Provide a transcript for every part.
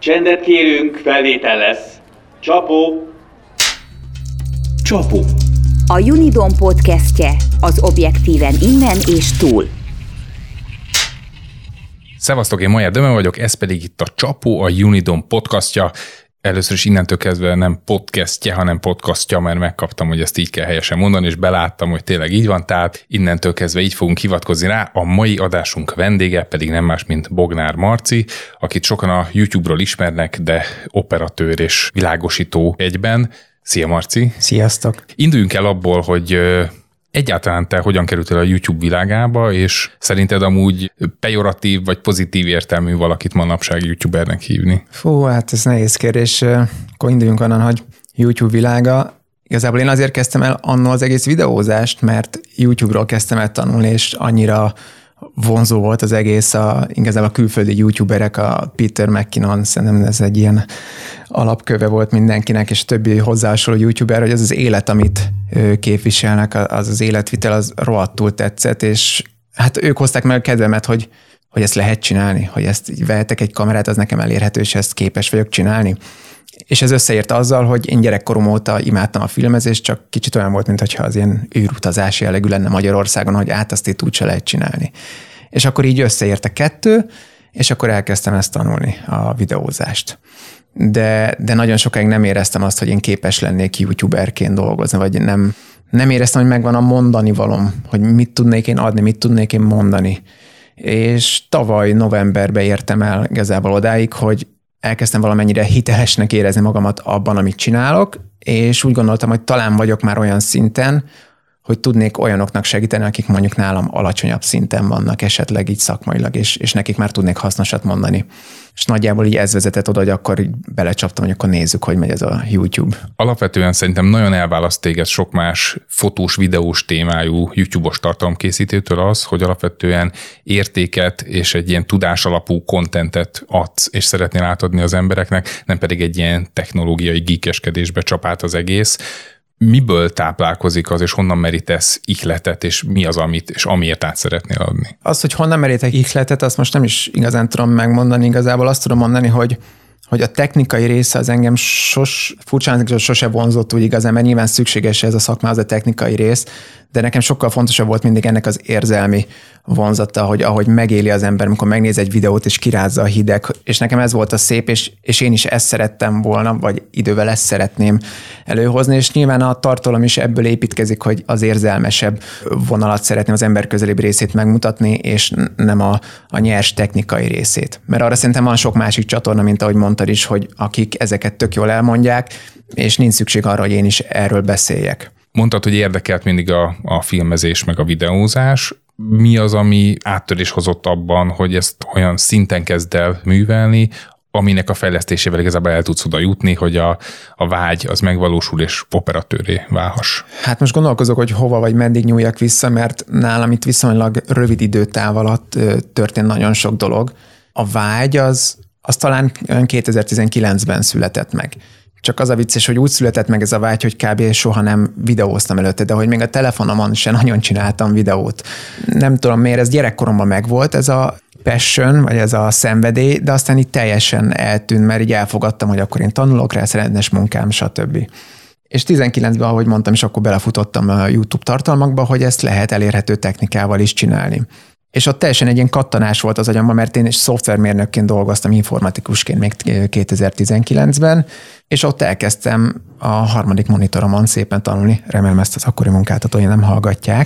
Csendet kérünk, felvétel lesz. Csapó! Csapó. A Unidom podcastje az objektíven innen és túl. Szevasztok, én Majer Döme vagyok, ez pedig itt a Csapó, a Unidom podcastja. Először is innentől kezdve nem podcastje, hanem podcastja, mert megkaptam, hogy ezt így kell helyesen mondani, és beláttam, hogy tényleg így van, tehát innentől kezdve így fogunk hivatkozni rá. A mai adásunk vendége pedig nem más, mint Bognár Marci, akit sokan a YouTube-ról ismernek, de operatőr és világosító egyben. Szia Marci! Sziasztok! Induljunk el abból, hogy egyáltalán te hogyan kerültél a YouTube világába, és szerinted amúgy pejoratív vagy pozitív értelmű valakit manapság YouTubernek hívni? Fú, hát ez nehéz kérdés. Akkor induljunk onnan, hogy YouTube világa. Igazából én azért kezdtem el annó az egész videózást, mert YouTube-ról kezdtem el tanulni, és annyira vonzó volt az egész, igazából a külföldi YouTuberek, a Peter McKinnon, szerintem ez egy ilyen alapköve volt mindenkinek, és többi hozzásoló YouTuber, hogy az az élet, amit képviselnek, az életvitel, az rohadtul tetszett, és hát ők hozták meg a kedvemet, hogy ezt lehet csinálni, hogy ezt így vehetek egy kamerát, az nekem elérhető, és ezt képes vagyok csinálni. És ez összeért azzal, hogy én gyerekkorom óta imádtam a filmezést, csak kicsit olyan volt, mintha az ilyen űrutazás jellegű lenne Magyarországon, hogy azt itt úgyse lehet csinálni. És akkor így összeért a kettő, és akkor elkezdtem ezt tanulni, a videózást. De nagyon sokáig nem éreztem azt, hogy én képes lennék YouTuberként dolgozni, vagy nem éreztem, hogy megvan a mondani valom, hogy mit tudnék én adni, mit tudnék én mondani. És tavaly novemberben értem el igazából odáig, hogy elkezdtem valamennyire hitelesnek érezni magamat abban, amit csinálok, és úgy gondoltam, hogy talán vagyok már olyan szinten, hogy tudnék olyanoknak segíteni, akik mondjuk nálam alacsonyabb szinten vannak, esetleg így szakmailag, és nekik már tudnék hasznosat mondani. És nagyjából így ez vezetett oda, hogy akkor így belecsaptam, hogy akkor nézzük, hogy megy ez a YouTube. Alapvetően szerintem nagyon elválaszt téged sok más fotós, videós témájú YouTube-os tartalomkészítőtől az, hogy alapvetően értéket és egy ilyen tudás alapú kontentet adsz, és szeretnél átadni az embereknek, nem pedig egy ilyen technológiai geekeskedésbe csap át az egész. Miből táplálkozik az, és honnan merítesz ihletet, és mi az, amiért át szeretnél adni? Az, hogy honnan merítek ihletet, azt most nem is igazán tudom megmondani. Igazából azt tudom mondani, hogy a technikai része az engem furcsán sose vonzott úgy igazán, mert nyilván szükséges ez a szakmához a technikai rész, de nekem sokkal fontosabb volt mindig ennek az érzelmi vonzata, hogy ahogy megéli az ember, amikor megnéz egy videót, és kirázza a hideg, és nekem ez volt a szép, és én is ezt szerettem volna, vagy idővel ezt szeretném előhozni, és nyilván a tartalom is ebből építkezik, hogy az érzelmesebb vonalat szeretném, az ember közelébbi részét megmutatni, és nem a nyers technikai részét. Mert arra szerintem van sok másik csatorna, mint ahogy mondtad is, hogy akik ezeket tök jól elmondják, és nincs szükség arra, hogy én is erről beszéljek. Mondtad, hogy érdekelt mindig a filmezés meg a videózás. Mi az, ami áttörés hozott abban, hogy ezt olyan szinten kezd el művelni, aminek a fejlesztésével igazából el tudsz oda jutni, hogy a vágy az megvalósul, és operatőré válhass? Hát most gondolkozok, hogy hova vagy meddig nyúljak vissza, mert nálam itt viszonylag rövid időtáv alatt történt nagyon sok dolog. A vágy az talán 2019-ben született meg. Csak az a vicces, hogy úgy született meg ez a vágy, hogy kb. Soha nem videóztam előtte, de hogy még a telefonomon sem nagyon csináltam videót. Nem tudom miért, ez gyerekkoromban megvolt, ez a passion, vagy ez a szenvedély, de aztán így teljesen eltűnt, mert így elfogadtam, hogy akkor én tanulok rá, rendes munkám, stb. És 19-ben, ahogy mondtam, és akkor belefutottam a YouTube tartalmakba, hogy ezt lehet elérhető technikával is csinálni. És ott teljesen egy ilyen kattanás volt az agyamban, mert én is szoftvermérnökként dolgoztam, informatikusként még 2019-ben, és ott elkezdtem a harmadik monitoromon szépen tanulni, remélem ezt az akkori munkáltatói nem hallgatják,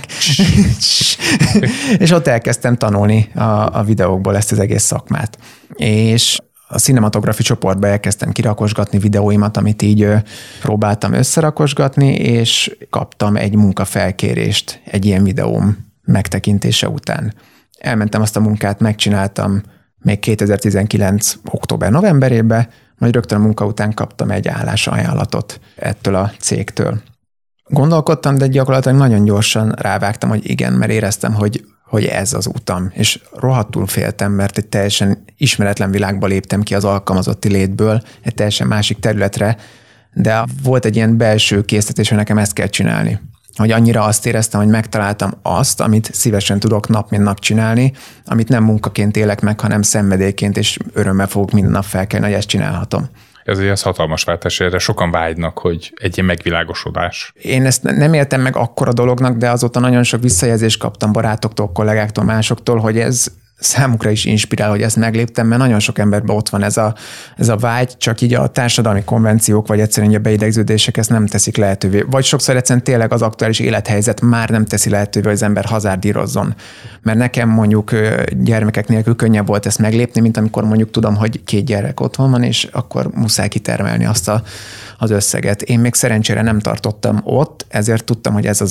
és ott elkezdtem tanulni a videókból ezt az egész szakmát. És a cinematografi csoportba elkezdtem kirakosgatni videóimat, amit így próbáltam összerakosgatni, és kaptam egy munkafelkérést egy ilyen videóm megtekintése után. Elmentem azt a munkát, megcsináltam még 2019. október-novemberében, majd rögtön a munka után kaptam egy állásajánlatot ettől a cégtől. Gondolkodtam, de gyakorlatilag nagyon gyorsan rávágtam, hogy igen, mert éreztem, hogy ez az utam. És rohadtul féltem, mert egy teljesen ismeretlen világba léptem ki az alkalmazotti létből, egy teljesen másik területre, de volt egy ilyen belső késztetés, hogy nekem ezt kell csinálni. hogy annyira azt éreztem, hogy megtaláltam azt, amit szívesen tudok nap mint nap csinálni, amit nem munkaként élek meg, hanem szenvedélyként, és örömmel fogok minden nap felkelni, hogy ezt csinálhatom. Ez hatalmas váltás, erre sokan vágynak, hogy egy ilyen megvilágosodás. Én ezt nem éltem meg akkora dolognak, de azóta nagyon sok visszajelzést kaptam barátoktól, kollégáktól, másoktól, hogy ez számukra is inspirál, hogy ezt megléptem, mert nagyon sok emberben ott van ez a vágy, csak így a társadalmi konvenciók, vagy egyszerűen a beidegződések ezt nem teszik lehetővé. Vagy sokszor egyszerűen tényleg az aktuális élethelyzet már nem teszi lehetővé, hogy az ember hazárdírozzon. Mert nekem mondjuk gyermekek nélkül könnyebb volt ezt meglépni, mint amikor mondjuk tudom, hogy 2 gyerek otthon van, és akkor muszáj kitermelni azt az összeget. Én még szerencsére nem tartottam ott, ezért tudtam, hogy ez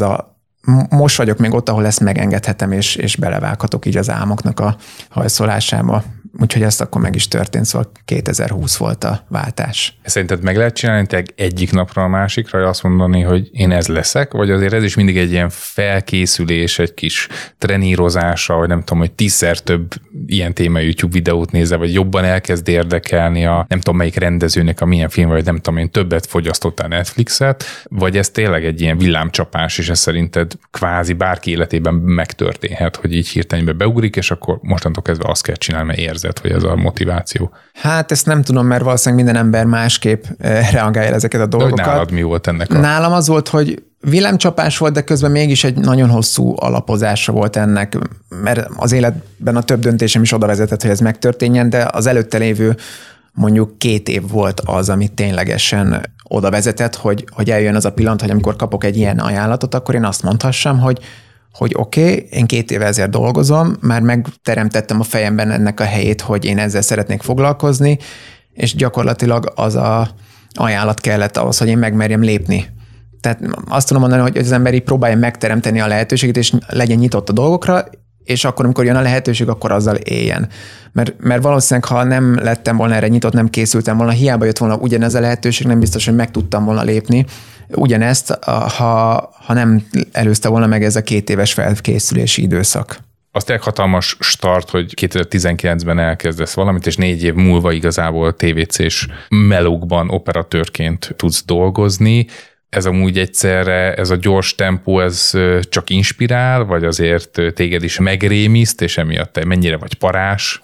most vagyok még ott, ahol ezt megengedhetem, és belevághatok így az álmoknak a hajszolásába. Úgyhogy ezt akkor meg is történt, szóval 2020 volt a váltás. Szerinted meg lehet csinálni tényleg egyik napra a másikra, hogy azt mondani, hogy én ez leszek, vagy azért ez is mindig egy ilyen felkészülés, egy kis trenírozásra, vagy nem tudom, hogy 10-szer több ilyen téma YouTube videót nézze, vagy jobban elkezd érdekelni a nem tudom melyik rendezőnek a milyen film, vagy nem tudom én többet fogyasztottál Netflixet, vagy ez tényleg egy ilyen villámcsapás, és ez szerinted kvázi bárki életében megtörténhet, hogy így hirtelenbe beugrik, és akkor mostantól kezdve azt kell csinálni, mert érzed, hogy ez a motiváció. Hát ezt nem tudom, mert valószínűleg minden ember másképp reagálja ezeket a dolgokat. De hogy nálad mi volt ennek Nálam az volt, hogy villámcsapás volt, de közben mégis egy nagyon hosszú alapozása volt ennek, mert az életben a több döntésem is oda vezetett, hogy ez megtörténjen, de az előtte lévő mondjuk 2 év volt az, ami ténylegesen oda vezetett, hogy eljön az a pillanat, hogy amikor kapok egy ilyen ajánlatot, akkor én azt mondhassam, hogy oké, én 2 éve ezért dolgozom, már megteremtettem a fejemben ennek a helyét, hogy én ezzel szeretnék foglalkozni, és gyakorlatilag az a ajánlat kellett ahhoz, hogy én megmerjem lépni. Tehát azt tudom mondani, hogy az ember így próbálja megteremteni a lehetőséget, és legyen nyitott a dolgokra, és akkor, amikor jön a lehetőség, akkor azzal éljen. Mert valószínűleg, ha nem lettem volna erre nyitott, nem készültem volna, hiába jött volna ugyanez a lehetőség, nem biztos, hogy meg tudtam volna lépni. Ugyanezt, ha nem előzte volna meg ez a 2 éves felkészülési időszak. Az tényleg hatalmas start, hogy 2019-ben elkezdesz valamit, és 4 év múlva igazából TVC-s melókban operatőrként tudsz dolgozni. Ez amúgy egyszerre, ez a gyors tempó, ez csak inspirál, vagy azért téged is megrémiszt, és emiatt te mennyire vagy parás?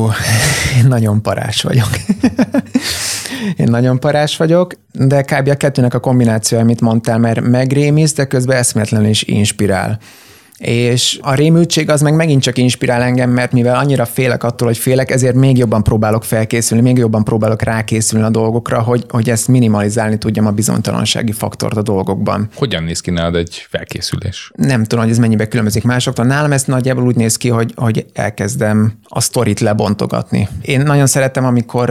Én nagyon parás vagyok. Én nagyon parás vagyok, de kb. A kettőnek a kombináció, amit mondtál, mert megrémiszt, de közben eszméletlenül is inspirál. És a rémültség az meg megint csak inspirál engem, mert mivel annyira félek attól, hogy félek, ezért még jobban próbálok felkészülni, még jobban próbálok rákészülni a dolgokra, hogy ezt minimalizálni tudjam a bizonytalansági faktort a dolgokban. Hogyan néz ki nálad egy felkészülés? Nem tudom, hogy ez mennyibe különbözik másoktól. Nálam ez nagyjából úgy néz ki, hogy elkezdem a sztorit lebontogatni. Én nagyon szeretem, amikor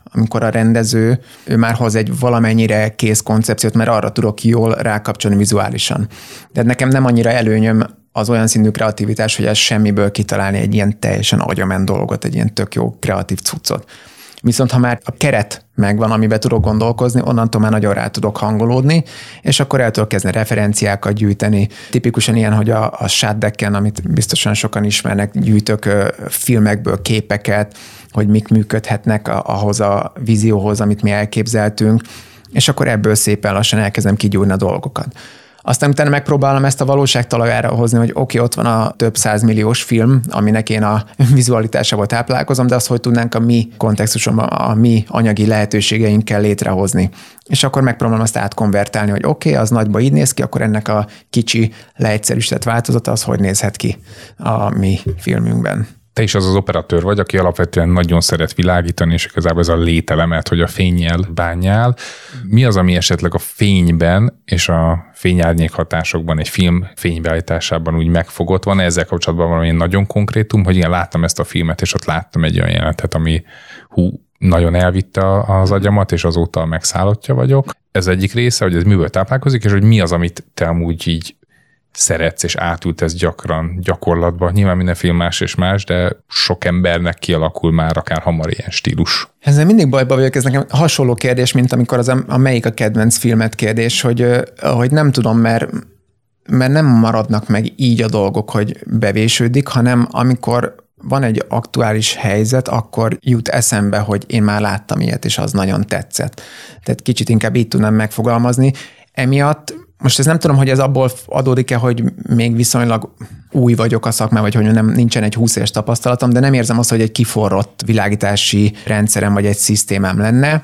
a rendező, ő már hoz egy valamennyire kész koncepciót, mert arra tudok jól rákapcsolni vizuálisan. De nekem nem annyira előnyöm az olyan szintű kreativitás, hogy ez semmiből kitalálni egy ilyen teljesen agyament dolgot, egy ilyen tök jó kreatív cuccot. Viszont ha már a keret megvan, amiben tudok gondolkozni, onnantól már nagyon rá tudok hangolódni, és akkor el tudok kezdeni referenciákat gyűjteni. Tipikusan ilyen, hogy a shotdecken, amit biztosan sokan ismernek, gyűjtök filmekből képeket, hogy mik működhetnek ahhoz a vízióhoz, amit mi elképzeltünk, és akkor ebből szépen lassan elkezdem kigyúrni a dolgokat. Aztán utána megpróbálom ezt a valóság talajára hozni, hogy oké, ott van a több 100 milliós film, aminek én a vizualitásával táplálkozom, de azt hogy tudnánk a mi kontextusomban, a mi anyagi lehetőségeinkkel létrehozni. És akkor megpróbálom azt átkonvertálni, hogy oké, az nagyba így néz ki, akkor ennek a kicsi, leegyszerűsített változata az hogy nézhet ki a mi filmünkben. Te is az az operatőr vagy, aki alapvetően nagyon szeret világítani, és igazából ez a lételemet, hogy a fénnyel bánjál. Mi az, ami esetleg a fényben és a fényárnyék hatásokban, egy film fénybeállításában úgy megfogott? Van ezzel kapcsolatban valami nagyon konkrétum, hogy igen, láttam ezt a filmet, és ott láttam egy olyan jelenetet, ami nagyon elvitte az agyamat, és azóta megszállottja vagyok. Ez egyik része, hogy ez miből táplálkozik, és hogy mi az, amit te amúgy így szeretsz és átültesz gyakran gyakorlatban. Nyilván minden film más és más, de sok embernek kialakul már akár hamar ilyen stílus. Ezzel mindig bajba vagyok, ez nekem hasonló kérdés, mint amikor a melyik a kedvenc filmet kérdés, hogy nem tudom, mert nem maradnak meg így a dolgok, hogy bevésődik, hanem amikor van egy aktuális helyzet, akkor jut eszembe, hogy én már láttam ilyet, és az nagyon tetszett. Tehát kicsit inkább így tudnám megfogalmazni. Emiatt Most ez nem tudom, hogy ez abból adódik-e, hogy még viszonylag új vagyok a szakmában, vagy hogy nincsen egy 20 éves tapasztalatom, de nem érzem azt, hogy egy kiforrott világítási rendszerem vagy egy szisztémám lenne,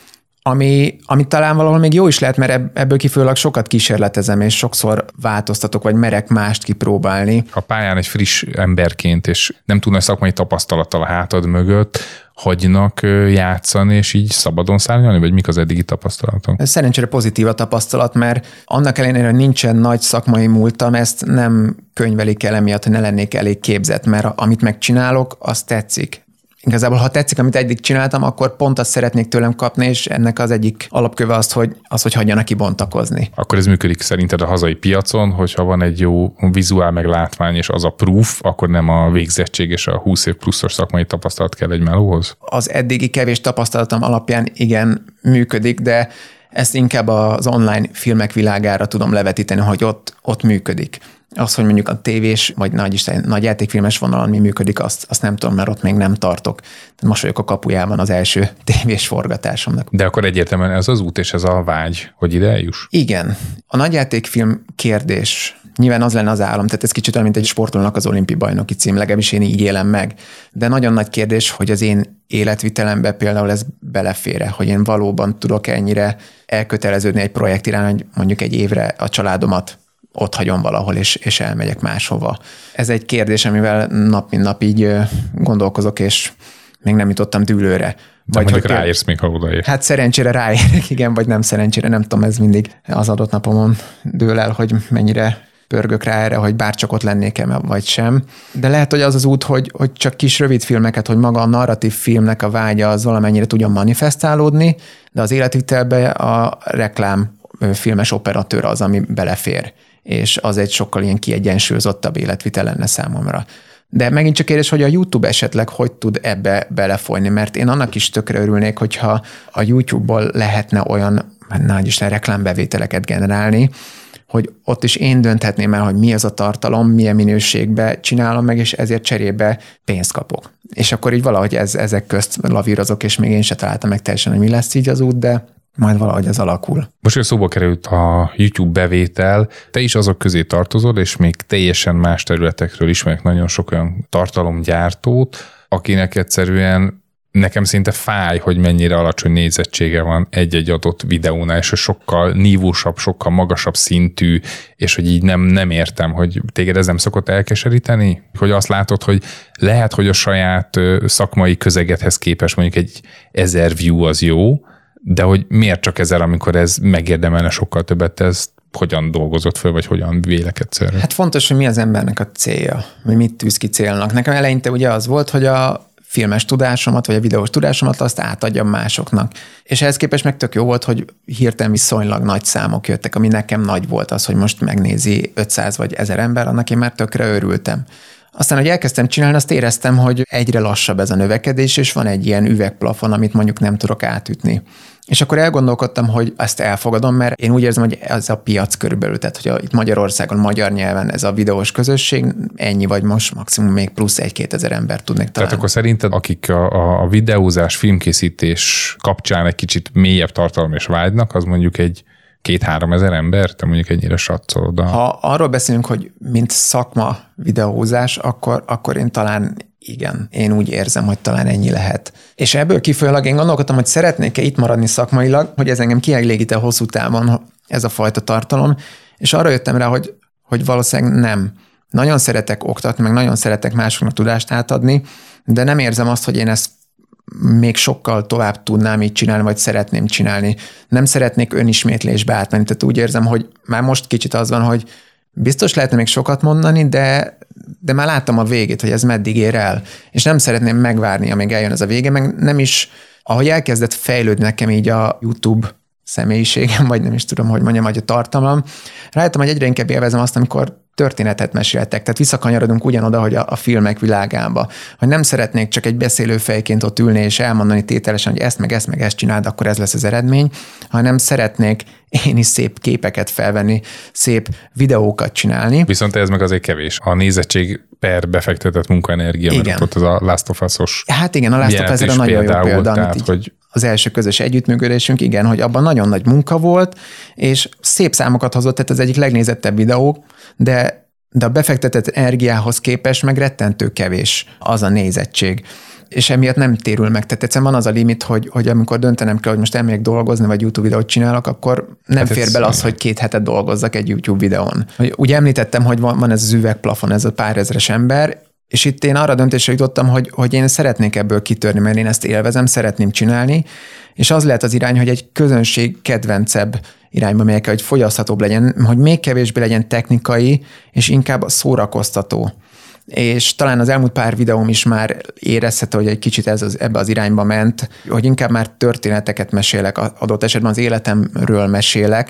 ami talán valahol még jó is lehet, mert ebből kifolyólag sokat kísérletezem, és sokszor változtatok, vagy merek mást kipróbálni. A pályán egy friss emberként, és nem tudna szakmai tapasztalattal a hátad mögött, hagynak játszani, és így szabadon szárnyalni, vagy mik az eddigi tapasztalatok? Szerencsére pozitív a tapasztalat, mert annak ellenére, hogy nincsen nagy szakmai múltam, ezt nem könyvelik el emiatt, hogy ne lennék elég képzett, mert amit megcsinálok, az tetszik. Igazából, ha tetszik, amit eddig csináltam, akkor pont azt szeretnék tőlem kapni, és ennek az egyik alapköve hogy hagyjanak kibontakozni. Akkor ez működik szerinted a hazai piacon, hogyha van egy jó vizuál meg látvány, és az a proof, akkor nem a végzettség és a 20 év pluszos szakmai tapasztalat kell egy melóhoz? Az eddigi kevés tapasztalatom alapján igen működik, de ezt inkább az online filmek világára tudom levetíteni, hogy ott működik. Az, hogy mondjuk a tévés, vagy nagy játékfilmes vonalon mi működik, azt nem tudom, mert ott még nem tartok. Most vagyok a kapujában az első tévés forgatásomnak. De akkor egyértelműen ez az út és ez a vágy, hogy ide eljuss? Igen. A nagyjátékfilm kérdés nyilván az lenne az álom, tehát ez kicsit olyan, mint egy sportolónak az olimpi bajnoki cím, legalábbis én így élem meg. De nagyon nagy kérdés, hogy az én életvitelembe például ez belefér, hogy én valóban tudok ennyire elköteleződni egy projekt irány, hogy mondjuk egy évre a családomat ott hagyom valahol, és elmegyek máshova. Ez egy kérdés, amivel nap mint nap így gondolkozok, és még nem jutottam dűlőre. De vagy mondjuk ráérsz még, ha odaérsz. Hát szerencsére ráérek, igen, vagy nem szerencsére, nem tudom, ez mindig az adott napomon dől el, hogy mennyire pörgök rá erre, hogy bárcsak ott lennék-e, vagy sem. De lehet, hogy az az út, hogy csak kis rövid filmeket, hogy maga a narratív filmnek a vágya az valamennyire tudjon manifestálódni, de az életvitelbe a reklám filmes operatőr az, ami belefér, és az egy sokkal ilyen kiegyensúlyozottabb életvitel lenne számomra. De megint csak kérdés, hogy a YouTube esetleg hogy tud ebbe belefolyni, mert én annak is tökre örülnék, hogyha a YouTube-ból lehetne olyan, nagyisten reklámbevételeket generálni, hogy ott is én dönthetném el, hogy mi az a tartalom, milyen minőségbe csinálom meg, és ezért cserébe pénzt kapok. És akkor így valahogy ezek közt lavírozok, és még én se találtam meg teljesen, hogy mi lesz így az út, de majd valahogy ez alakul. Most, hogy szóba került a YouTube bevétel, te is azok közé tartozol, és még teljesen más területekről ismerek nagyon sok olyan tartalomgyártót, akinek egyszerűen nekem szinte fáj, hogy mennyire alacsony nézettsége van egy-egy adott videónál, és sokkal nívósabb, sokkal magasabb szintű, és hogy így nem értem, hogy téged ez nem szokott elkeseríteni? Hogy azt látod, hogy lehet, hogy a saját szakmai közegedhez képest mondjuk egy 1000 view az jó, de hogy miért csak 1000, amikor ez megérdemelne sokkal többet, ez hogyan dolgozott föl, vagy hogyan vélekedsz erről? Hát fontos, hogy mi az embernek a célja, vagy mit tűz ki célnak. Nekem eleinte ugye az volt, hogy a filmes tudásomat, vagy a videós tudásomat azt átadjam másoknak. És ehhez képest meg tök jó volt, hogy hirtelen viszonylag nagy számok jöttek, ami nekem nagy volt az, hogy most megnézi 500 vagy 1000 ember, annak én már tökre örültem. Aztán, hogy elkezdtem csinálni, azt éreztem, hogy egyre lassabb ez a növekedés, és van egy ilyen üvegplafon, amit mondjuk nem tudok átütni. És akkor elgondolkodtam, hogy ezt elfogadom, mert én úgy érzem, hogy ez a piac körülbelül, tehát hogy itt Magyarországon, magyar nyelven ez a videós közösség, ennyi vagy most maximum még plusz 1-2 ezer ember tudnék találni. Tehát akkor szerinted, akik a videózás, filmkészítés kapcsán egy kicsit mélyebb tartalom és vágynak, az mondjuk egy 2-3 ezer ember, te mondjuk ennyire satszolod. Ha arról beszélünk, hogy mint szakma videózás, akkor én talán igen, én úgy érzem, hogy talán ennyi lehet. És ebből kifolyólag én gondolkodtam, hogy szeretnék-e itt maradni szakmailag, hogy ez engem kielégít-e hosszú távon ez a fajta tartalom, és arra jöttem rá, hogy valószínűleg nem. Nagyon szeretek oktatni, meg nagyon szeretek másoknak tudást átadni, de nem érzem azt, hogy én ezt még sokkal tovább tudnám így csinálni, vagy szeretném csinálni. Nem szeretnék önismétlésbe átmenni. Tehát úgy érzem, hogy már most kicsit az van, hogy biztos lehetne még sokat mondani, de már láttam a végét, hogy ez meddig ér el. És nem szeretném megvárni, amíg eljön ez a vége, meg nem is, ahogy elkezdett fejlődni nekem így a YouTube személyiségem, vagy nem is tudom, hogy mondjam, vagy a tartalmam, rájöttem, hogy egyre inkább élvezem azt, amikor történetet meséltek. Tehát visszakanyarodunk ugyanoda, hogy a filmek világába. Hogy nem szeretnék csak egy beszélőfejként ott ülni és elmondani tételesen, hogy ezt meg ezt csináld, akkor ez lesz az eredmény, hanem szeretnék én is szép képeket felvenni, szép videókat csinálni. Viszont ez meg azért kevés. A nézettség per befektetett munkaenergia, mert ott az a Last of Us-os. Hát igen, a Last of Us-ra nagyon jó példa. Tehát, hogy az első közös együttműködésünk, igen, hogy abban nagyon nagy munka volt, és szép számokat hozott, tehát az egyik legnézettebb videó, de a befektetett energiához képest meg rettentő kevés az a nézettség. És emiatt nem térül meg. Tehát egyszerűen van az a limit, hogy amikor döntenem kell, hogy most elmegyek dolgozni, vagy YouTube videót csinálok, akkor nem fér bele az, hogy 2 hetet dolgozzak egy YouTube videón. Ugye említettem, hogy van ez az üvegplafon, ez a pár ezres ember, és itt én arra döntésre jutottam, hogy én szeretnék ebből kitörni, mert én ezt élvezem, szeretném csinálni, és az lehet az irány, hogy egy közönség kedvencebb irányba megyek, hogy fogyaszthatóbb legyen, hogy még kevésbé legyen technikai, és inkább szórakoztató. És talán az elmúlt pár videóm is már érezhető, hogy egy kicsit ebbe az irányba ment, hogy inkább már történeteket mesélek, adott esetben az életemről mesélek,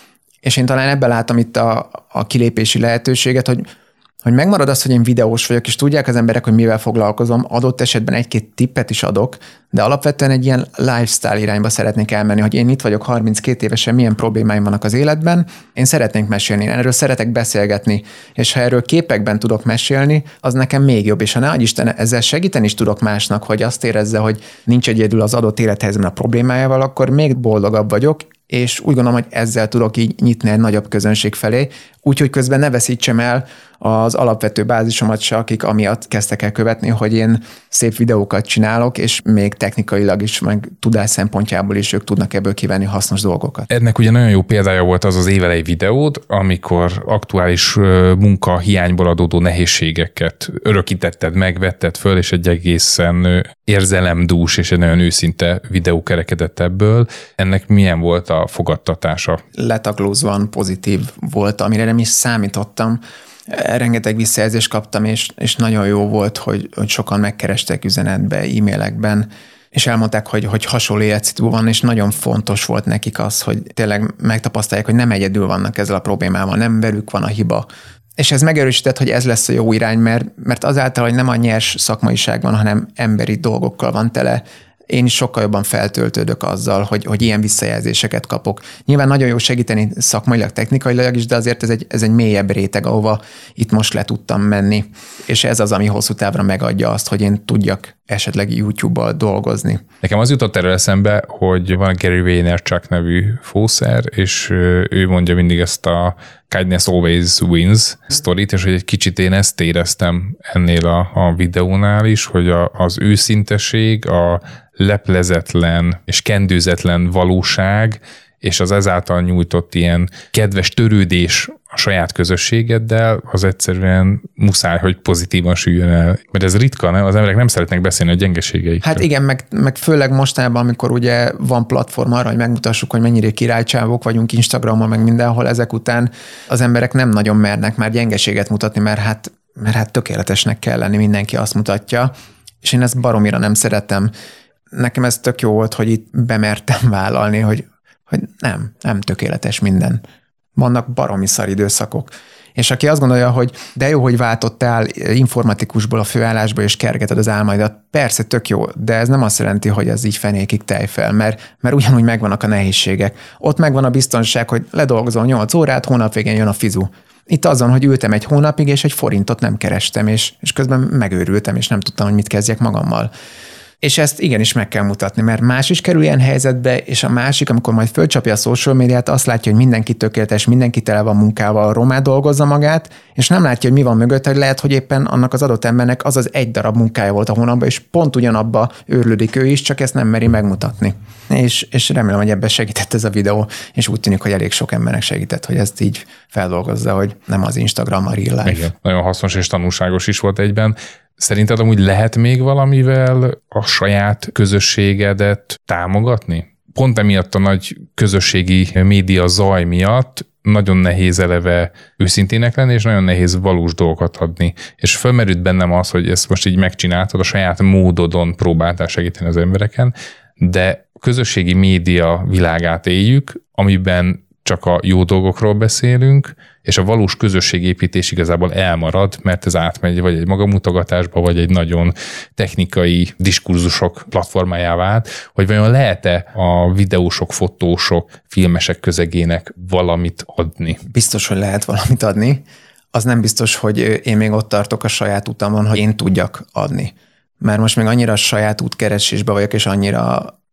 és én talán ebben látom itt a kilépési lehetőséget, hogy megmarad az, hogy én videós vagyok, és tudják az emberek, hogy mivel foglalkozom, adott esetben 1-2 tippet is adok, de alapvetően egy ilyen lifestyle irányba szeretnék elmenni, hogy én itt vagyok 32 évesen, milyen problémáim vannak az életben, én szeretnék mesélni, én erről szeretek beszélgetni, és ha erről képekben tudok mesélni, az nekem még jobb, és ha ne adj Isten, ezzel segíteni is tudok másnak, hogy azt érezze, hogy nincs egyedül az adott élethelyzetben a problémájával, akkor még boldogabb vagyok, és úgy gondolom, hogy ezzel tudok így nyitni egy nagyobb közönség felé, úgyhogy közben ne veszítsem el az alapvető bázisomat se, akik amiatt kezdtek el követni, hogy én szép videókat csinálok, és még technikailag is, meg tudás szempontjából is ők tudnak ebből kivenni hasznos dolgokat. Ennek ugye nagyon jó példája volt az évelei videód, amikor aktuális munkahiányból adódó nehézségeket örökítetted, megvetted föl, és egy egészen érzelemdús és egy nagyon őszinte videó kerekedett ebből. Ennek milyen volt a fogadtatása? Letaglózóan pozitív volt, amire nem is számítottam. Rengeteg visszajelzést kaptam, és nagyon jó volt, hogy sokan megkerestek üzenetbe, e-mailekben, és elmondták, hogy hasonló életszitu van, és nagyon fontos volt nekik az, hogy tényleg megtapasztalják, hogy nem egyedül vannak ezzel a problémával, nem velük van a hiba. És ez megerősített, hogy ez lesz a jó irány, mert azáltal, hogy nem a nyers szakmaiság van, hanem emberi dolgokkal van tele, én is sokkal jobban feltöltődök azzal, hogy ilyen visszajelzéseket kapok. Nyilván nagyon jó segíteni szakmailag, technikailag is, de azért ez egy mélyebb réteg, ahova itt most le tudtam menni. És ez az, ami hosszú távra megadja azt, hogy én tudjak esetleg YouTube-bal dolgozni. Nekem az jutott erről eszembe, hogy van Gary Vaynerchuk nevű fószer, és ő mondja mindig ezt a kindness always wins sztorit, és hogy egy kicsit én ezt éreztem ennél a videónál is, hogy az őszinteség, a leplezetlen és kendőzetlen valóság, és az ezáltal nyújtott ilyen kedves törődés a saját közösségeddel, az egyszerűen muszáj, hogy pozitívan süljön el. Mert ez ritka, nem? Az emberek nem szeretnek beszélni a gyengeségeikről. Hát igen, meg főleg mostában, amikor ugye van platform arra, hogy megmutassuk, hogy mennyire királycsávok vagyunk Instagramon, meg mindenhol, ezek után az emberek nem nagyon mernek már gyengeséget mutatni, mert hát tökéletesnek kell lenni, mindenki azt mutatja, és én ezt baromira nem szeretem. Nekem ez tök jó volt, hogy itt bemertem vállalni, hogy nem tökéletes minden. Vannak baromi szar időszakok. És aki azt gondolja, hogy de jó, hogy váltottál informatikusból a főállásba, és kergeted az álmaidat, persze tök jó, de ez nem azt jelenti, hogy ez így fenékig tejfel, mert ugyanúgy megvannak a nehézségek. Ott megvan a biztonság, hogy ledolgozol 8 órát, hónap végén jön a fizu. Itt azon, hogy ültem egy hónapig, és egy forintot nem kerestem, és közben megőrültem, és nem tudtam, hogy mit kezdjek magammal. És ezt igenis meg kell mutatni, mert más is kerül ilyen helyzetbe, és a másik, amikor majd fölcsapja a social médiát, azt látja, hogy mindenki tökéletes, mindenki tele van munkával, román dolgozza magát, és nem látja, hogy mi van mögött, hogy lehet, hogy éppen annak az adott embernek az egy darab munkája volt a hónapban, és pont ugyanabba őrlődik ő is, csak ezt nem meri megmutatni. És remélem, hogy ebben segített ez a videó, és úgy tűnik, hogy elég sok embernek segített, hogy ezt így feldolgozza, hogy nem az Instagram a real life. Igen, nagyon hasznos és tanulságos is volt egyben. Szerinted amúgy lehet még valamivel a saját közösségedet támogatni? Pont emiatt a nagy közösségi média zaj miatt nagyon nehéz eleve őszintének lenni, és nagyon nehéz valós dolgokat adni. És fölmerült bennem az, hogy ezt most így megcsináltad, a saját módodon próbáltál segíteni az embereken, de a közösségi média világát éljük, amiben csak a jó dolgokról beszélünk, és a valós közösségépítés igazából elmarad, mert ez átmegy vagy egy magamutogatásba, vagy egy nagyon technikai diskurzusok platformájává át, hogy vajon lehet-e a videósok, fotósok, filmesek közegének valamit adni? Biztos, hogy lehet valamit adni. Az nem biztos, hogy én még ott tartok a saját utamon, hogy én tudjak adni. Mert most még annyira a saját útkeresésbe vagyok, és annyira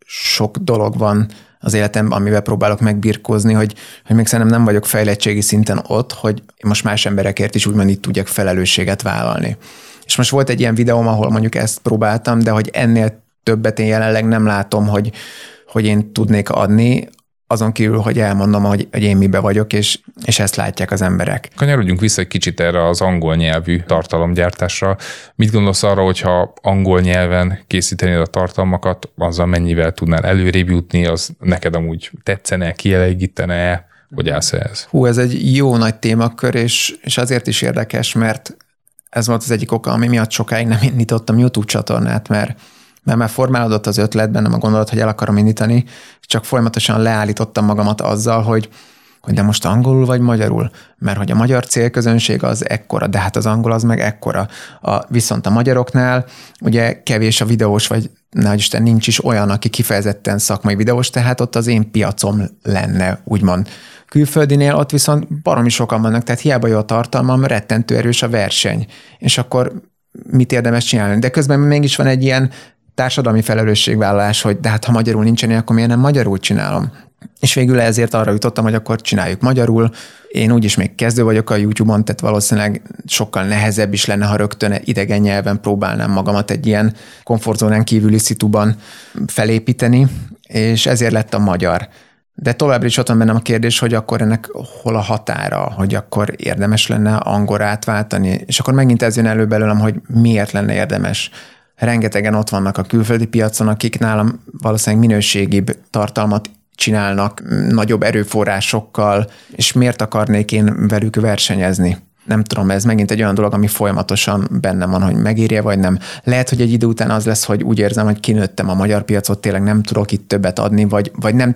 sok dolog van az életemben, amivel próbálok megbirkózni, hogy még szerintem nem vagyok fejlettségi szinten ott, hogy most más emberekért is úgymond itt tudjak felelősséget vállalni. És most volt egy ilyen videóm, ahol mondjuk ezt próbáltam, de hogy ennél többet én jelenleg nem látom, hogy én tudnék adni, azon kívül, hogy elmondom, hogy én mibe vagyok, és ezt látják az emberek. Kanyarodjunk vissza egy kicsit erre az angol nyelvű tartalomgyártásra. Mit gondolsz arra, hogyha angol nyelven készítenéd a tartalmakat, azzal mennyivel tudnál előrébb jutni, az neked amúgy tetszene, kielégítene, hogy állsz ez? Ez egy jó nagy témakör, és azért is érdekes, mert ez volt az egyik oka, ami miatt sokáig nem indítottam YouTube csatornát, mert már formálódott az ötlet, bennem a gondolat, hogy el akarom indítani, csak folyamatosan leállítottam magamat azzal, hogy de most angolul vagy magyarul, mert hogy a magyar célközönség az ekkora, de hát az angol az meg ekkora. Viszont a magyaroknál ugye kevés a videós, vagy nehogyisten nincs is olyan, aki kifejezetten szakmai videós, tehát ott az én piacom lenne, úgymond. Külföldinél ott viszont baromi sokan vannak, tehát hiába jó a tartalmam, rettentő erős a verseny. És akkor mit érdemes csinálni? De közben mégis van egy ilyen társadalmi felelősségvállalás, hogy de hát ha magyarul nincsen, akkor miért nem magyarul csinálom? És végül ezért arra jutottam, hogy akkor csináljuk magyarul. Én úgyis még kezdő vagyok a YouTube-on, tehát valószínűleg sokkal nehezebb is lenne, ha rögtön idegen nyelven próbálnám magamat egy ilyen komfortzónán kívüli szituban felépíteni, és ezért lett a magyar. De továbbra is ott van bennem a kérdés, hogy akkor ennek hol a határa, hogy akkor érdemes lenne angolra átváltani, és akkor megint ez jön elő belőlem, hogy miért lenne érdemes. Rengetegen ott vannak a külföldi piacon, akik nálam valószínűleg minőségibb tartalmat csinálnak, nagyobb erőforrásokkal, és miért akarnék én velük versenyezni? Nem tudom, ez megint egy olyan dolog, ami folyamatosan bennem van, hogy megírja, vagy nem. Lehet, hogy egy idő után az lesz, hogy úgy érzem, hogy kinőttem a magyar piacot, tényleg nem tudok itt többet adni, vagy nem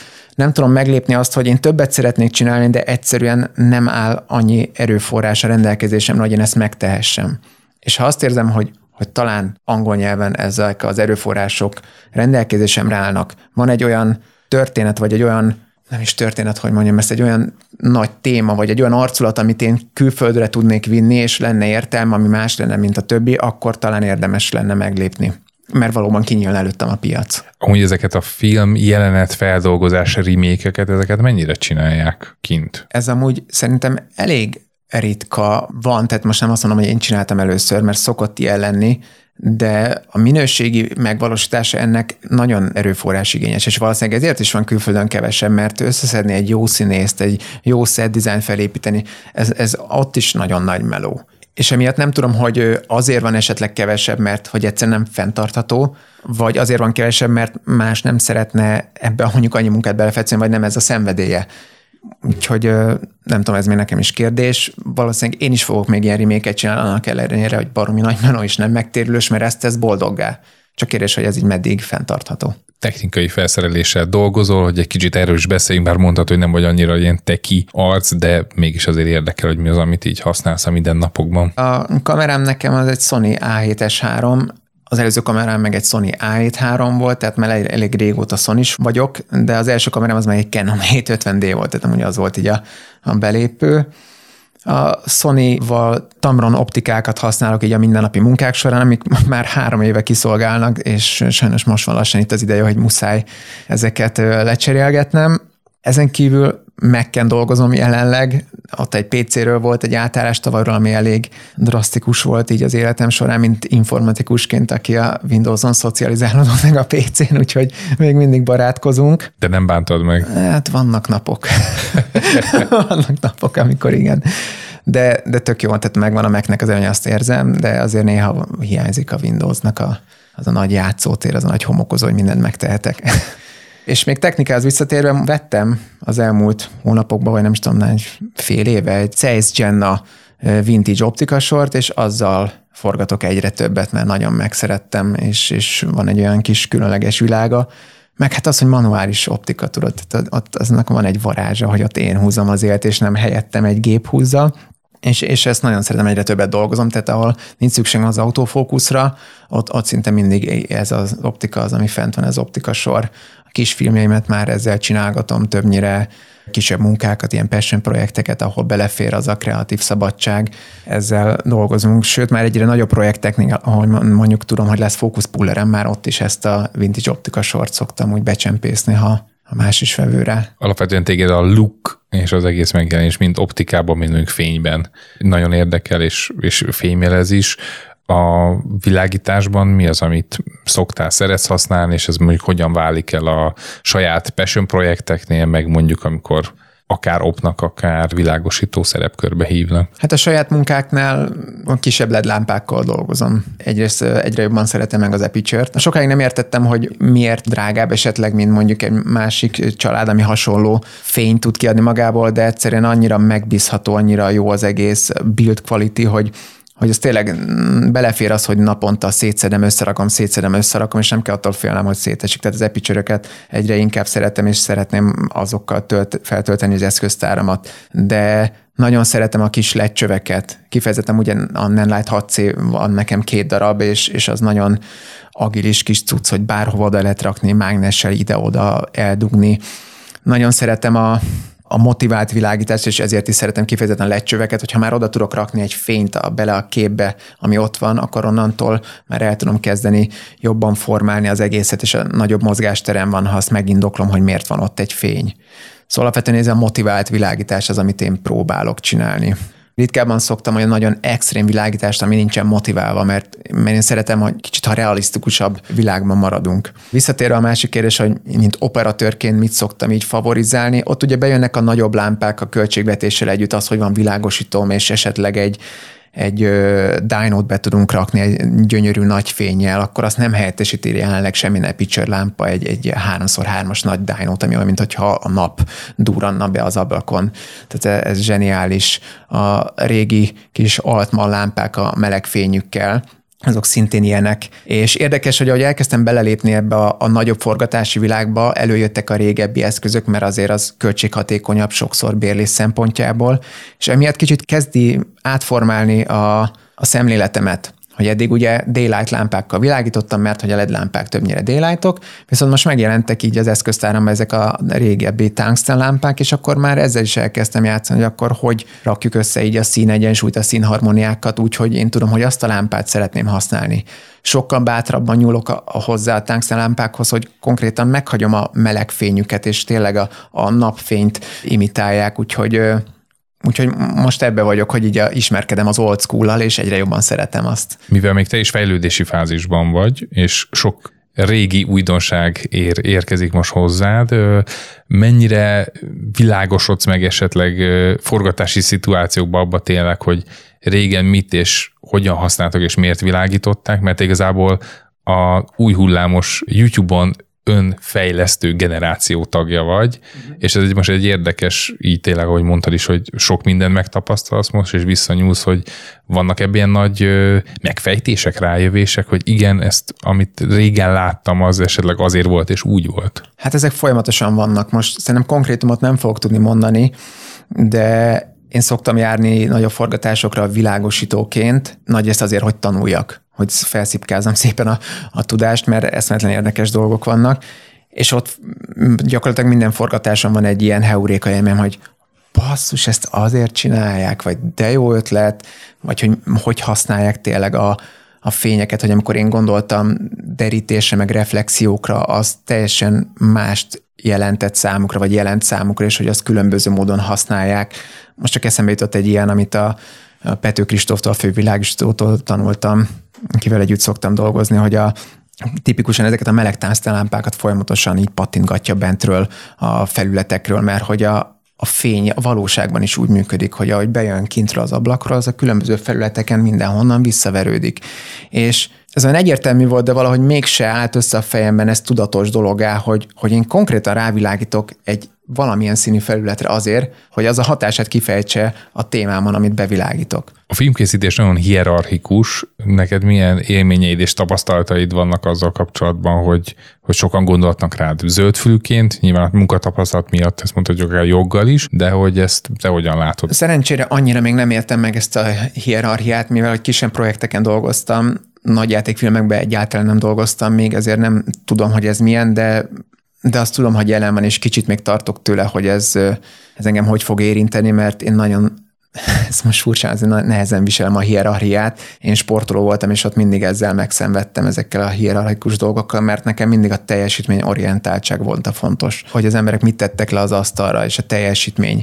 tudom meglépni azt, hogy én többet szeretnék csinálni, de egyszerűen nem áll annyi erőforrás a rendelkezésemre, hogy én ezt megtehessem. És ha azt érzem, hogy talán angol nyelven ezek az erőforrások rendelkezésemre állnak, van egy olyan történet, vagy egy olyan, nem is történet, hogy mondjam, ezt egy olyan nagy téma, vagy egy olyan arculat, amit én külföldre tudnék vinni, és lenne értelme, ami más lenne, mint a többi, akkor talán érdemes lenne meglépni. Mert valóban kinyílna előttem a piac. Amúgy ezeket a film jelenet feldolgozása remékeket, ezeket mennyire csinálják kint? Ez amúgy szerintem elég ritka van, tehát most nem azt mondom, hogy én csináltam először, mert szokott ilyen lenni, de a minőségi megvalósítása ennek nagyon erőforrásigényes, és valószínűleg ezért is van külföldön kevesebb, mert összeszedni egy jó színészt, egy jó set design felépíteni, ez ott is nagyon nagy meló. És emiatt nem tudom, hogy azért van esetleg kevesebb, mert hogy egyszerűen nem fenntartható, vagy azért van kevesebb, mert más nem szeretne ebbe mondjuk annyi munkát belefetszeni, vagy nem ez a szenvedélye. Úgyhogy nem tudom, ez még nekem is kérdés. Valószínűleg én is fogok még ilyen reméket csinálni, annak ellenére, hogy baromi nagy meló is nem megtérülős, mert ezt tesz boldoggá. Csak kérdés, hogy ez így meddig fenntartható. Technikai felszereléssel dolgozol, hogy egy kicsit erről is beszéljünk, bár mondtad, hogy nem vagy annyira ilyen teki arc, de mégis azért érdekel, hogy mi az, amit így használsz a mindennapokban. A kamerám nekem az egy Sony A7S3, az előző kamerám meg egy Sony A7 volt, tehát már elég régóta Sony-s vagyok, de az első kamerám az meg egy Canon 750D volt, tehát ugye az volt így a belépő. A Sony-val Tamron optikákat használok így a mindennapi munkák során, amik már 3 éve kiszolgálnak, és sajnos most van lassan itt az ideje, hogy muszáj ezeket lecserélgetnem. Ezen kívül Mac-en dolgozom jelenleg, ott egy PC-ről volt egy átállás tavalyról, ami elég drasztikus volt így az életem során, mint informatikusként, aki a Windows-on szocializálódott meg a PC-n, úgyhogy még mindig barátkozunk. De nem bántad meg? Hát vannak napok. Vannak napok, amikor igen. De tök jó, tehát megvan a Mac-nek az előnye, azt érzem, de azért néha hiányzik a Windows-nak az a nagy játszótér, az a nagy homokozó, hogy mindent megtehetek. És még technikához visszatérve vettem az elmúlt hónapokban, vagy nem is tudom, egy fél éve egy Zeiss Genna vintage optikasort, és azzal forgatok egyre többet, mert nagyon megszerettem, és van egy olyan kis különleges világa. Meg hát az, hogy manuális optika, tudod, ott aznak van egy varázsa, hogy ott én húzom az élt, és nem helyettem egy gép húzza. És ezt nagyon szeretem, egyre többet dolgozom, tehát ahol nincs szükség az autofókuszra, ott szinte mindig ez az optika az, ami fent van, az optikasor. A kis filmjeimet már ezzel csinálgatom többnyire, kisebb munkákat, ilyen passion projekteket, ahol belefér az a kreatív szabadság. Ezzel dolgozunk, sőt már egyre nagyobb projekteknél, ahogy mondjuk tudom, hogy lesz Focus Pullerem, már ott is ezt a vintage optika sort szoktam úgy becsempészni, ha más is vevő rá. Alapvetően téged a look és az egész megjelenés mind optikában, mind mondjuk fényben nagyon érdekel, és fémjelez is. A világításban mi az, amit szoktál, szeretsz használni, és ez mondjuk hogyan válik el a saját passion projekteknél, meg mondjuk amikor akár opnak, akár világosító szerepkörbe hívnak? Hát a saját munkáknál kisebb LED lámpákkal dolgozom. Egyrészt egyre jobban szeretem meg az Aperture-t. Sokáig nem értettem, hogy miért drágább esetleg, mint mondjuk egy másik család, ami hasonló fényt tud kiadni magából, de egyszerűen annyira megbízható, annyira jó az egész build quality, hogy ez tényleg belefér az, hogy naponta szétszedem, összerakom, és nem kell attól félnem, hogy szétesik. Tehát az Aperture-öket egyre inkább szeretem, és szeretném azokkal feltölteni az eszköztáramat. De nagyon szeretem a kis LED csöveket. Kifejezetten ugye a Nanlite 6C van nekem 2 darab, és az nagyon agilis kis cucc, hogy bárhova oda lehet rakni, mágnessel ide-oda eldugni. Nagyon szeretem a motivált világítást, és ezért is szeretem kifejezetten LED-csöveket, hogyha már oda tudok rakni egy fényt bele a képbe, ami ott van, akkor onnantól már el tudom kezdeni jobban formálni az egészet, és a nagyobb mozgásterem van, ha azt megindoklom, hogy miért van ott egy fény. Szóval alapvetően ez a motivált világítás az, amit én próbálok csinálni. Ritkábban szoktam olyan nagyon extrém világítást, ami nincsen motiválva, mert én szeretem, hogy kicsit ha realisztikusabb világban maradunk. Visszatérve a másik kérdés, hogy mint operatőrként mit szoktam így favorizálni, ott ugye bejönnek a nagyobb lámpák a költségvetéssel együtt, az, hogy van világosítóm, és esetleg egy dynót be tudunk rakni egy gyönyörű nagy fénnyel, akkor azt nem helyettesíti jelenleg semmi Aperture lámpa, egy 3x3-as nagy dynót, ami olyan, mintha a nap durranna be az ablakon. Tehát ez zseniális. A régi kis Altman lámpák a meleg fényükkel, azok szintén ilyenek. És érdekes, hogy ahogy elkezdtem belelépni ebbe a nagyobb forgatási világba, előjöttek a régebbi eszközök, mert azért az költséghatékonyabb sokszor bérlés szempontjából, és emiatt kicsit kezdi átformálni a szemléletemet, hogy eddig ugye daylight lámpákkal világítottam, mert hogy a LED lámpák többnyire daylightok, viszont most megjelentek így az eszköztáramban ezek a régebbi tungsten lámpák, és akkor már ezzel is elkezdtem játszani, hogy akkor hogy rakjuk össze így a színegyensúlyt, a színharmóniákat úgy, hogy én tudom, hogy azt a lámpát szeretném használni. Sokkal bátrabban nyúlok hozzá a tungsten lámpákhoz, hogy konkrétan meghagyom a meleg fényüket, és tényleg a napfényt imitálják, úgyhogy most ebbe vagyok, hogy így ismerkedem az old school-al, és egyre jobban szeretem azt. Mivel még te is fejlődési fázisban vagy, és sok régi újdonság érkezik most hozzád, mennyire világosodsz meg esetleg forgatási szituációkban abba tényleg, hogy régen mit és hogyan használtak, és miért világították, mert igazából a új hullámos YouTube-on önfejlesztő generáció tagja vagy, és ez most egy érdekes, így tényleg, ahogy mondtad is, hogy sok mindent megtapasztalsz most, és visszanyúlsz, hogy vannak ebben ilyen nagy megfejtések, rájövések, hogy igen, ezt, amit régen láttam, az esetleg azért volt, és úgy volt. Hát ezek folyamatosan vannak. Most szerintem konkrétumot nem fogok tudni mondani, de én szoktam járni nagyobb forgatásokra világosítóként, nagyrészt azért, hogy tanuljak, hogy felszipkázzam szépen a tudást, mert eszméletlen érdekes dolgok vannak, és ott gyakorlatilag minden forgatáson van egy ilyen heuréka élmény, hogy basszus, ezt azért csinálják, vagy de jó ötlet, vagy hogy használják tényleg a fényeket, hogy amikor én gondoltam derítésre, meg reflexiókra, az teljesen mást jelentett számukra, vagy jelent számukra, és hogy azt különböző módon használják. Most csak eszembe jutott egy ilyen, amit a Pető Kristóftól, a fővilágosítótól tanultam, akivel együtt szoktam dolgozni, hogy tipikusan ezeket a meleg tungstenlámpákat folyamatosan így pattintgatja bentről a felületekről, mert hogy a fény a valóságban is úgy működik, hogy ahogy bejön kintről az ablakról, az a különböző felületeken mindenhonnan visszaverődik. És ez olyan egyértelmű volt, de valahogy mégse állt össze a fejemben ez tudatos dologá, hogy én konkrétan rávilágítok egy valamilyen színű felületre azért, hogy az a hatását kifejtse a témámon, amit bevilágítok. A filmkészítés nagyon hierarchikus. Neked milyen élményeid és tapasztalataid vannak azzal kapcsolatban, hogy sokan gondolatnak rád zöldfülként, nyilván a munkatapasztalat miatt ezt mondhatjuk el joggal is, de hogy ezt te hogyan látod? Szerencsére annyira még nem értem meg ezt a hierarchiát, mivel hogy kisebb projekteken dolgoztam, nagy játékfilmekben egyáltalán nem dolgoztam még, ezért nem tudom, hogy ez milyen, de de azt tudom, hogy jelen van, és kicsit még tartok tőle, hogy ez engem hogy fog érinteni, mert én nagyon, ez most furcsán, azért nehezen viselem a hierarchiát. Én sportoló voltam, és ott mindig ezzel megszenvedtem, ezekkel a hierarchikus dolgokkal, mert nekem mindig a teljesítményorientáltság volt a fontos, hogy az emberek mit tettek le az asztalra, és a teljesítmény.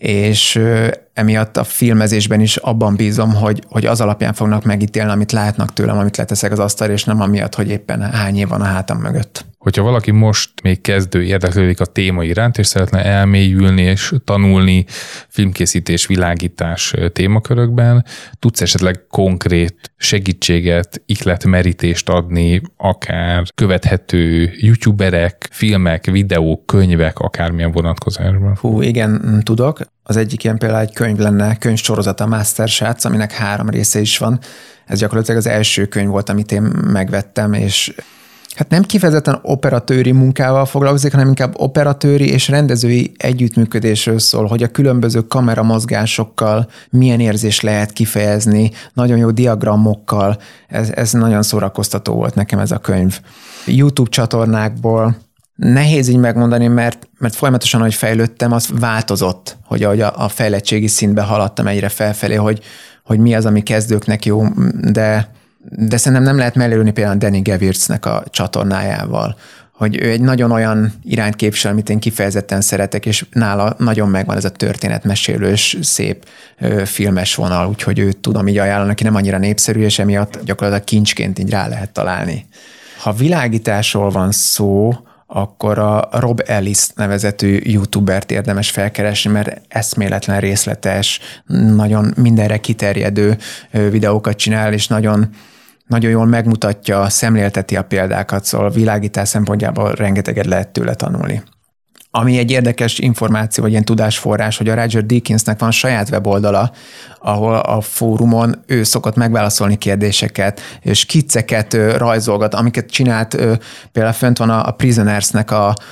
És emiatt a filmezésben is abban bízom, hogy az alapján fognak megítélni, amit látnak tőlem, amit leteszek az asztalra, és nem amiatt, hogy éppen hány év van a hátam mögött. Hogyha valaki most még kezdő érdeklődik a téma iránt, és szeretne elmélyülni és tanulni filmkészítés, világítás témakörökben, tudsz esetleg konkrét segítséget, ihletmerítést adni, akár követhető youtuberek, filmek, videók, könyvek, akármilyen vonatkozásban? Hú, igen, tudok. Az egyik ilyen például egy könyv lenne, könyvsorozat a Master Shots, aminek 3 része is van. Ez gyakorlatilag az első könyv volt, amit én megvettem, és hát nem kifejezetten operatőri munkával foglalkozik, hanem inkább operatőri és rendezői együttműködésről szól, hogy a különböző kameramozgásokkal milyen érzés lehet kifejezni, nagyon jó diagramokkal. Ez nagyon szórakoztató volt nekem ez a könyv. YouTube csatornákból nehéz így megmondani, mert folyamatosan, ahogy fejlődtem, az változott, hogy ahogy a fejlettségi szintbe haladtam egyre felfelé, hogy mi az, ami kezdőknek jó, de szerintem nem lehet mellélőni például Danny Gewirtznek a csatornájával, hogy ő egy nagyon olyan irányt képvisel, amit én kifejezetten szeretek, és nála nagyon megvan ez a történetmesélős, szép filmes vonal, úgyhogy őt tudom így ajánlani, aki nem annyira népszerű, és emiatt gyakorlatilag kincsként így rá lehet találni. Ha világításról van szó, akkor a Rob Ellis nevezetű youtubert érdemes felkeresni, mert eszméletlen részletes, nagyon mindenre kiterjedő videókat csinál, és nagyon jól megmutatja, szemlélteti a példákat, szóval a világítás szempontjából rengeteget lehet tőle tanulni. Ami egy érdekes információ, vagy ilyen tudásforrás, hogy a Roger Deakinsnek van saját weboldala, ahol a fórumon ő szokott megválaszolni kérdéseket, skicceket rajzolgat, amiket csinált, például fönt van a Prisonersnek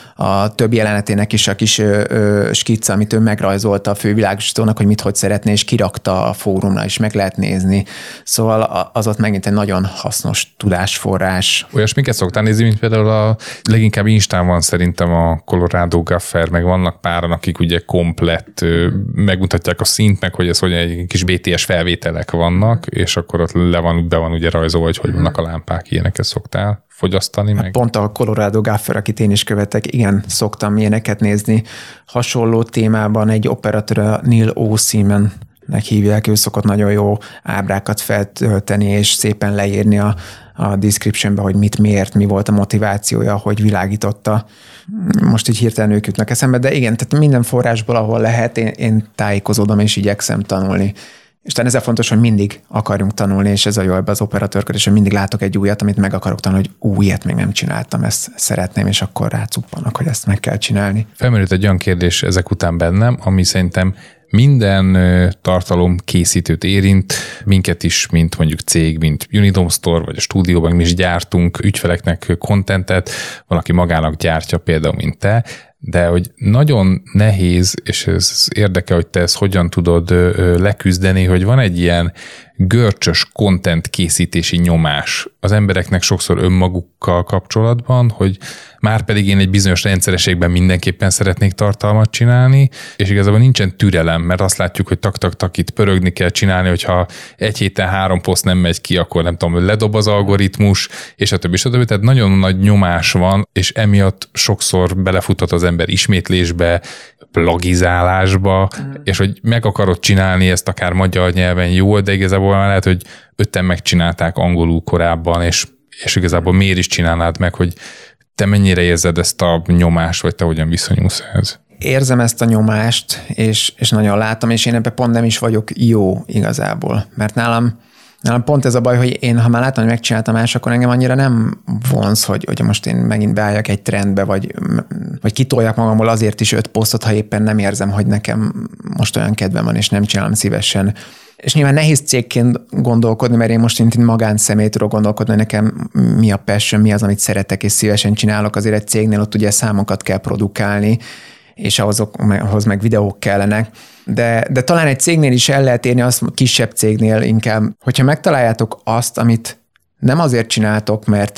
a több jelenetének is a kis skicca, amit ő megrajzolta a fővilágosítónak, hogy hogy szeretné, és kirakta a fórumra, és meg lehet nézni. Szóval az ott megint egy nagyon hasznos tudásforrás. Olyasmiket szoktál nézni, mint például leginkább Instán van szerintem a Colorado Gaffer, meg vannak páran, akik ugye komplett megmutatják a szint, meg hogy ez hogy egy kis BTS felvételek vannak, és akkor ott be van ugye rajzolva, hogy vannak a lámpák, ilyeneket szoktál fogyasztani meg? Pont a Colorado Gaffer, akit én is követek, igen, szoktam ilyeneket nézni. Hasonló témában egy operatőr, Neil O'Seaman-nek hívják, ő szokott nagyon jó ábrákat feltölteni, és szépen leírni a descriptionbe, hogy mit miért, mi volt a motivációja, hogy világította. Most így hirtelen ők jutnak eszembe, de igen, tehát minden forrásból, ahol lehet, én tájékozódom és igyekszem tanulni. És talán ezzel fontos, hogy mindig akarjunk tanulni, és ez a jó ebbe az operatőrködés, hogy mindig látok egy újat, amit meg akarok tanulni, hogy ilyet még nem csináltam, ezt szeretném, és akkor rácuppanak, hogy ezt meg kell csinálni. Felmerült egy olyan kérdés ezek után bennem, ami szerintem minden tartalomkészítőt érint, minket is, mint mondjuk cég, mint Unidom Store, vagy a stúdióban mi is gyártunk ügyfeleknek contentet, van, aki magának gyártja például, mint te, de hogy nagyon nehéz, és ez érdekel, hogy te ezt hogyan tudod leküzdeni, hogy van egy ilyen görcsös content készítési nyomás az embereknek sokszor önmagukkal kapcsolatban, hogy már pedig én egy bizonyos rendszerességben mindenképpen szeretnék tartalmat csinálni, és igazából nincsen türelem, mert azt látjuk, hogy tak itt pörögni kell csinálni, hogyha egy héten 3 poszt nem megy ki, akkor nem tudom, ledob az algoritmus, és a többi. Tehát nagyon nagy nyomás van, és emiatt sokszor belefuthat az ember ismétlésbe, plagizálásba, és hogy meg akarod csinálni ezt akár magyar nyelven jól, de igazából már lehet, hogy 5-en megcsinálták angolul korábban, és igazából miért is csinálnád meg, hogy te mennyire érzed ezt a nyomást, vagy te hogyan viszonyulsz ehhez? Érzem ezt a nyomást, és nagyon látom, és én ebben pont nem is vagyok jó igazából, mert nálam pont ez a baj, hogy én, ha már látom, hogy megcsináltam más, akkor engem annyira nem vonz, hogy most én megint beálljak egy trendbe, vagy kitoljak magamból azért is 5 posztot, ha éppen nem érzem, hogy nekem most olyan kedvem van, és nem csinálom szívesen. És nyilván nehéz cégként gondolkodni, mert én most mint magánszemély tudok gondolkodni, hogy nekem mi a passion, mi az, amit szeretek és szívesen csinálok. Azért egy cégnél ott ugye számokat kell produkálni, és ahhoz meg videók kellenek. De talán egy cégnél is el lehet érni, azt kisebb cégnél inkább, hogyha megtaláljátok azt, amit nem azért csináltok, mert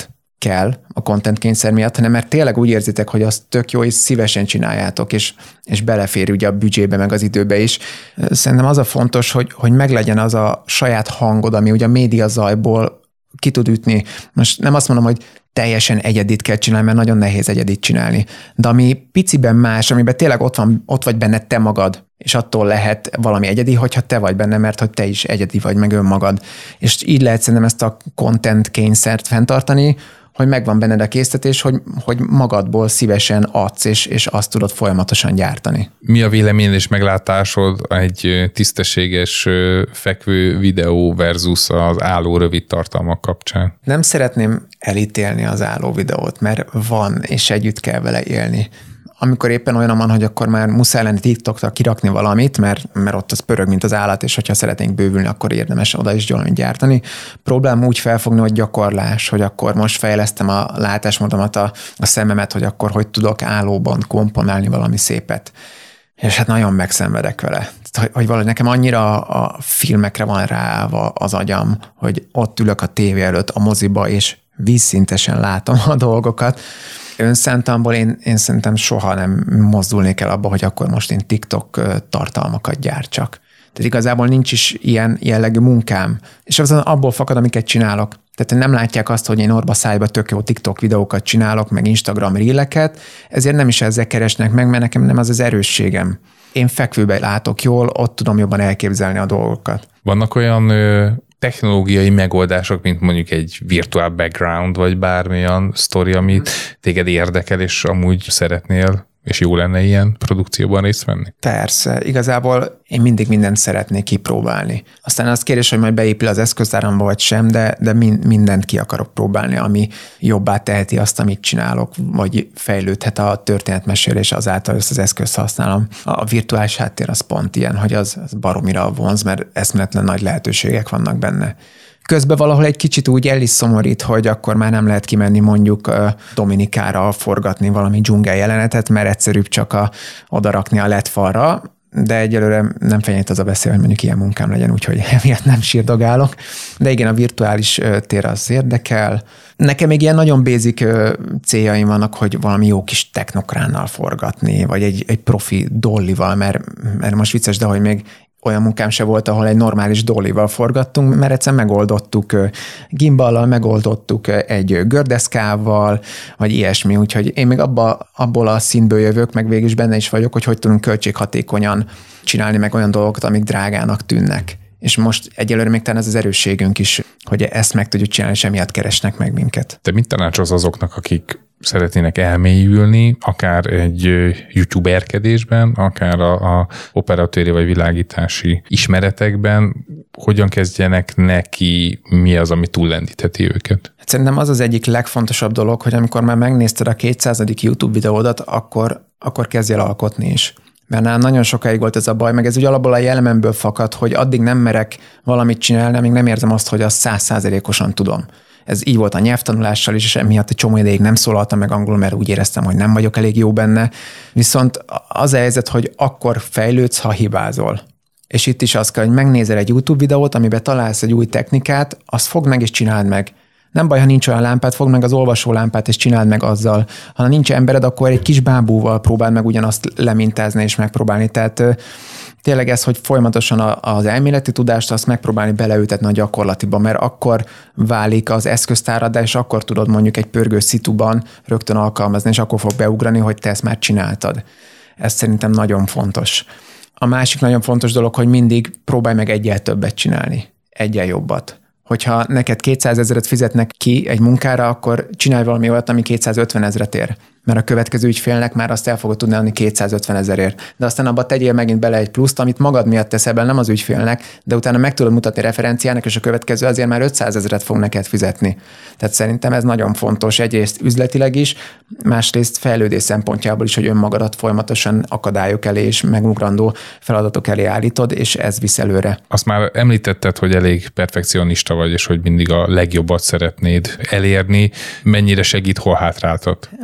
kell a content kényszer miatt, hanem mert tényleg úgy érzitek, hogy az tök jó, és szívesen csináljátok, és belefér ugye a büdzsébe, meg az időbe is. Szerintem az a fontos, hogy meglegyen az a saját hangod, ami ugye a média zajból ki tud ütni. Most nem azt mondom, hogy teljesen egyedit kell csinálni, mert nagyon nehéz egyedit csinálni. De ami piciben más, amiben tényleg ott vagy benne te magad, és attól lehet valami egyedi, hogyha te vagy benne, mert hogy te is egyedi vagy, meg önmagad. És így lehet szerintem ezt a content kényszert fenntartani, hogy megvan benned a késztetés, hogy magadból szívesen adsz, és azt tudod folyamatosan gyártani. Mi a véleményed és meglátásod egy tisztességes fekvő videó versus az álló rövid tartalmak kapcsán? Nem szeretném elítélni az álló videót, mert van, és együtt kell vele élni. Amikor éppen olyan van, hogy akkor már muszáj lenni TikTokra kirakni valamit, mert ott az pörög, mint az állat, és hogyha szeretnénk bővülni, akkor érdemes oda is valamit gyártani. Próbálom úgy felfogni, hogy gyakorlás, hogy akkor most fejlesztem a látásmódomat, a szememet, hogy akkor hogy tudok állóban komponálni valami szépet. És hát nagyon megszenvedek vele. Hogy valahogy nekem annyira a filmekre van ráállva az agyam, hogy ott ülök a tévé előtt, a moziba, és vízszintesen látom a dolgokat. Önszántamból én szerintem soha nem mozdulnék el abba, hogy akkor most én TikTok tartalmakat gyártsak. Tehát igazából nincs is ilyen jellegű munkám. És az abból fakad, amiket csinálok. Tehát nem látják azt, hogy én orba szájba tök jó TikTok videókat csinálok, meg Instagram reeleket, ezért nem is ezzel keresnek meg, mert nekem nem az erősségem. Én fekvőbe látok jól, ott tudom jobban elképzelni a dolgokat. Vannak olyan technológiai megoldások, mint mondjuk egy virtual background, vagy bármilyen sztori, amit téged érdekel, és amúgy szeretnél, és jó lenne ilyen produkcióban részt venni? Persze, igazából én mindig mindent szeretnék kipróbálni. Aztán az kérdés, hogy majd beépül az eszköztáramba vagy sem, de mindent ki akarok próbálni, ami jobbá teheti azt, amit csinálok, vagy fejlődhet a történetmesélés azáltal, hogy az eszközt használom. A virtuális háttér az pont ilyen, hogy az baromira vonz, mert eszméletlen nagy lehetőségek vannak benne. Közben valahol egy kicsit úgy el is szomorít, hogy akkor már nem lehet kimenni mondjuk Dominikára forgatni valami dzsungel jelenetet, mert egyszerűbb csak odarakni a LED falra, de egyelőre nem fenyít az a veszély, hogy mondjuk ilyen munkám legyen, úgyhogy emiatt nem sírdogálok. De igen, a virtuális tér az érdekel. Nekem még ilyen nagyon basic céljaim vannak, hogy valami jó kis technokránnal forgatni, vagy egy profi dollival, mert most vicces, de hogy még olyan munkám se volt, ahol egy normális dollival forgattunk, mert egyszer megoldottuk gimballal, megoldottuk egy gördeszkával, vagy ilyesmi, úgyhogy én még abból a színből jövök, meg végül is benne is vagyok, hogy tudunk költséghatékonyan csinálni meg olyan dolgokat, amik drágának tűnnek. És most egyelőre még talán ez az erősségünk is, hogy ezt meg tudjuk csinálni, és emiatt keresnek meg minket. Te mit tanácsolsz azoknak, akik szeretnének elmélyülni, akár egy youtuberkedésben, akár a operatőri vagy világítási ismeretekben, hogyan kezdjenek neki, mi az, ami túllendítheti őket? Szerintem az az egyik legfontosabb dolog, hogy amikor már megnézted a 200. YouTube videódat, akkor kezdj el alkotni is. Mert nálam nagyon sokáig volt ez a baj, meg ez ugye alapból a jellememből fakad, hogy addig nem merek valamit csinálni, amíg nem érzem azt, hogy azt 100%-osan tudom. Ez így volt a nyelvtanulással is, és emiatt egy csomó ideig nem szólaltam meg angolul, mert úgy éreztem, hogy nem vagyok elég jó benne. Viszont az a helyzet, hogy akkor fejlődsz, ha hibázol. És itt is az kell, hogy megnézel egy YouTube videót, amiben találsz egy új technikát, azt fogd meg és csináld meg. Nem baj, ha nincs olyan lámpád, fogd meg az olvasó lámpát, és csináld meg azzal. Ha nincs embered, akkor egy kis bábúval próbáld meg ugyanazt lemintázni és megpróbálni. Tehát tényleg ez, hogy folyamatosan az elméleti tudást azt megpróbálni beleültetni a gyakorlatiba, mert akkor válik az eszköztárad, és akkor tudod mondjuk egy pörgő szituban rögtön alkalmazni, és akkor fog beugrani, hogy te ezt már csináltad. Ez szerintem nagyon fontos. A másik nagyon fontos dolog, hogy mindig próbálj meg egyel többet csinálni, egyel jobbat. Hogyha neked 200 000 fizetnek ki egy munkára, akkor csinálj valami olyat, ami 250 000 ér. Mert a következő ügyfélnek már azt el fogod tudni adni 250 000-ért. De aztán abba tegyél megint bele egy pluszt, amit magad miatt teszel bele, nem az ügyfélnek, de utána meg tudod mutatni referenciának, és a következő azért már 500 000 fog neked fizetni. Tehát szerintem ez nagyon fontos, egyrészt üzletileg is, másrészt fejlődés szempontjából is, hogy önmagadat folyamatosan akadályok elé és megugrandó feladatok elé állítod, és ez visz előre. Azt már említetted, hogy elég perfekcionista vagy, és hogy mindig a legjobbat szeretnéd elérni. Mennyire segít, hol hátráltat? Azt szoktam mondani,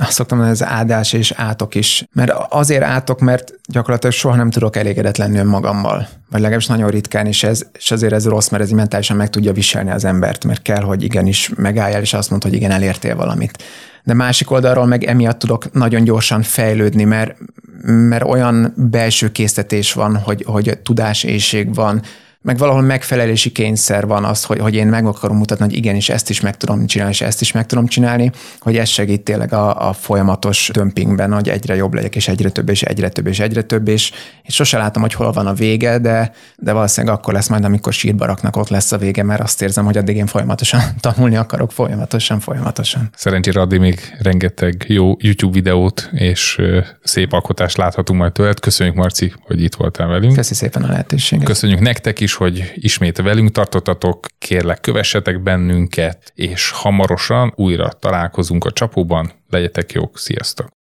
ez áldás és átok is. Mert azért átok, mert gyakorlatilag soha nem tudok elégedett lenni önmagammal. Vagy legalábbis nagyon ritkán, és azért ez rossz, mert ez mentálisan meg tudja viselni az embert, mert kell, hogy igenis megálljál, és azt mondod, hogy igen, elértél valamit. De másik oldalról meg emiatt tudok nagyon gyorsan fejlődni, mert olyan belső késztetés van, hogy tudáséhség van, meg valahol megfelelési kényszer van az, hogy én meg akarom mutatni, hogy igenis ezt is meg tudom csinálni, és ezt is meg tudom csinálni, hogy ez segít tényleg a folyamatos dömpingben, hogy egyre jobb legyek, és egyre több, és egyre több, és egyre több, és sose látom, hogy hol van a vége, de valószínűleg akkor lesz majd, amikor sírba raknak, ott lesz a vége, mert azt érzem, hogy addig én folyamatosan tanulni akarok, folyamatosan. Szerencsére addig még rengeteg jó YouTube videót és szép alkotást láthatunk majd tőled. Köszönjük, Marci, hogy itt voltál velünk. Köszi szépen a lehetőséget. Köszönjük nektek is, hogy ismét velünk tartottatok, kérlek kövessetek bennünket, és hamarosan újra találkozunk a Csapóban. Legyetek jók, sziasztok!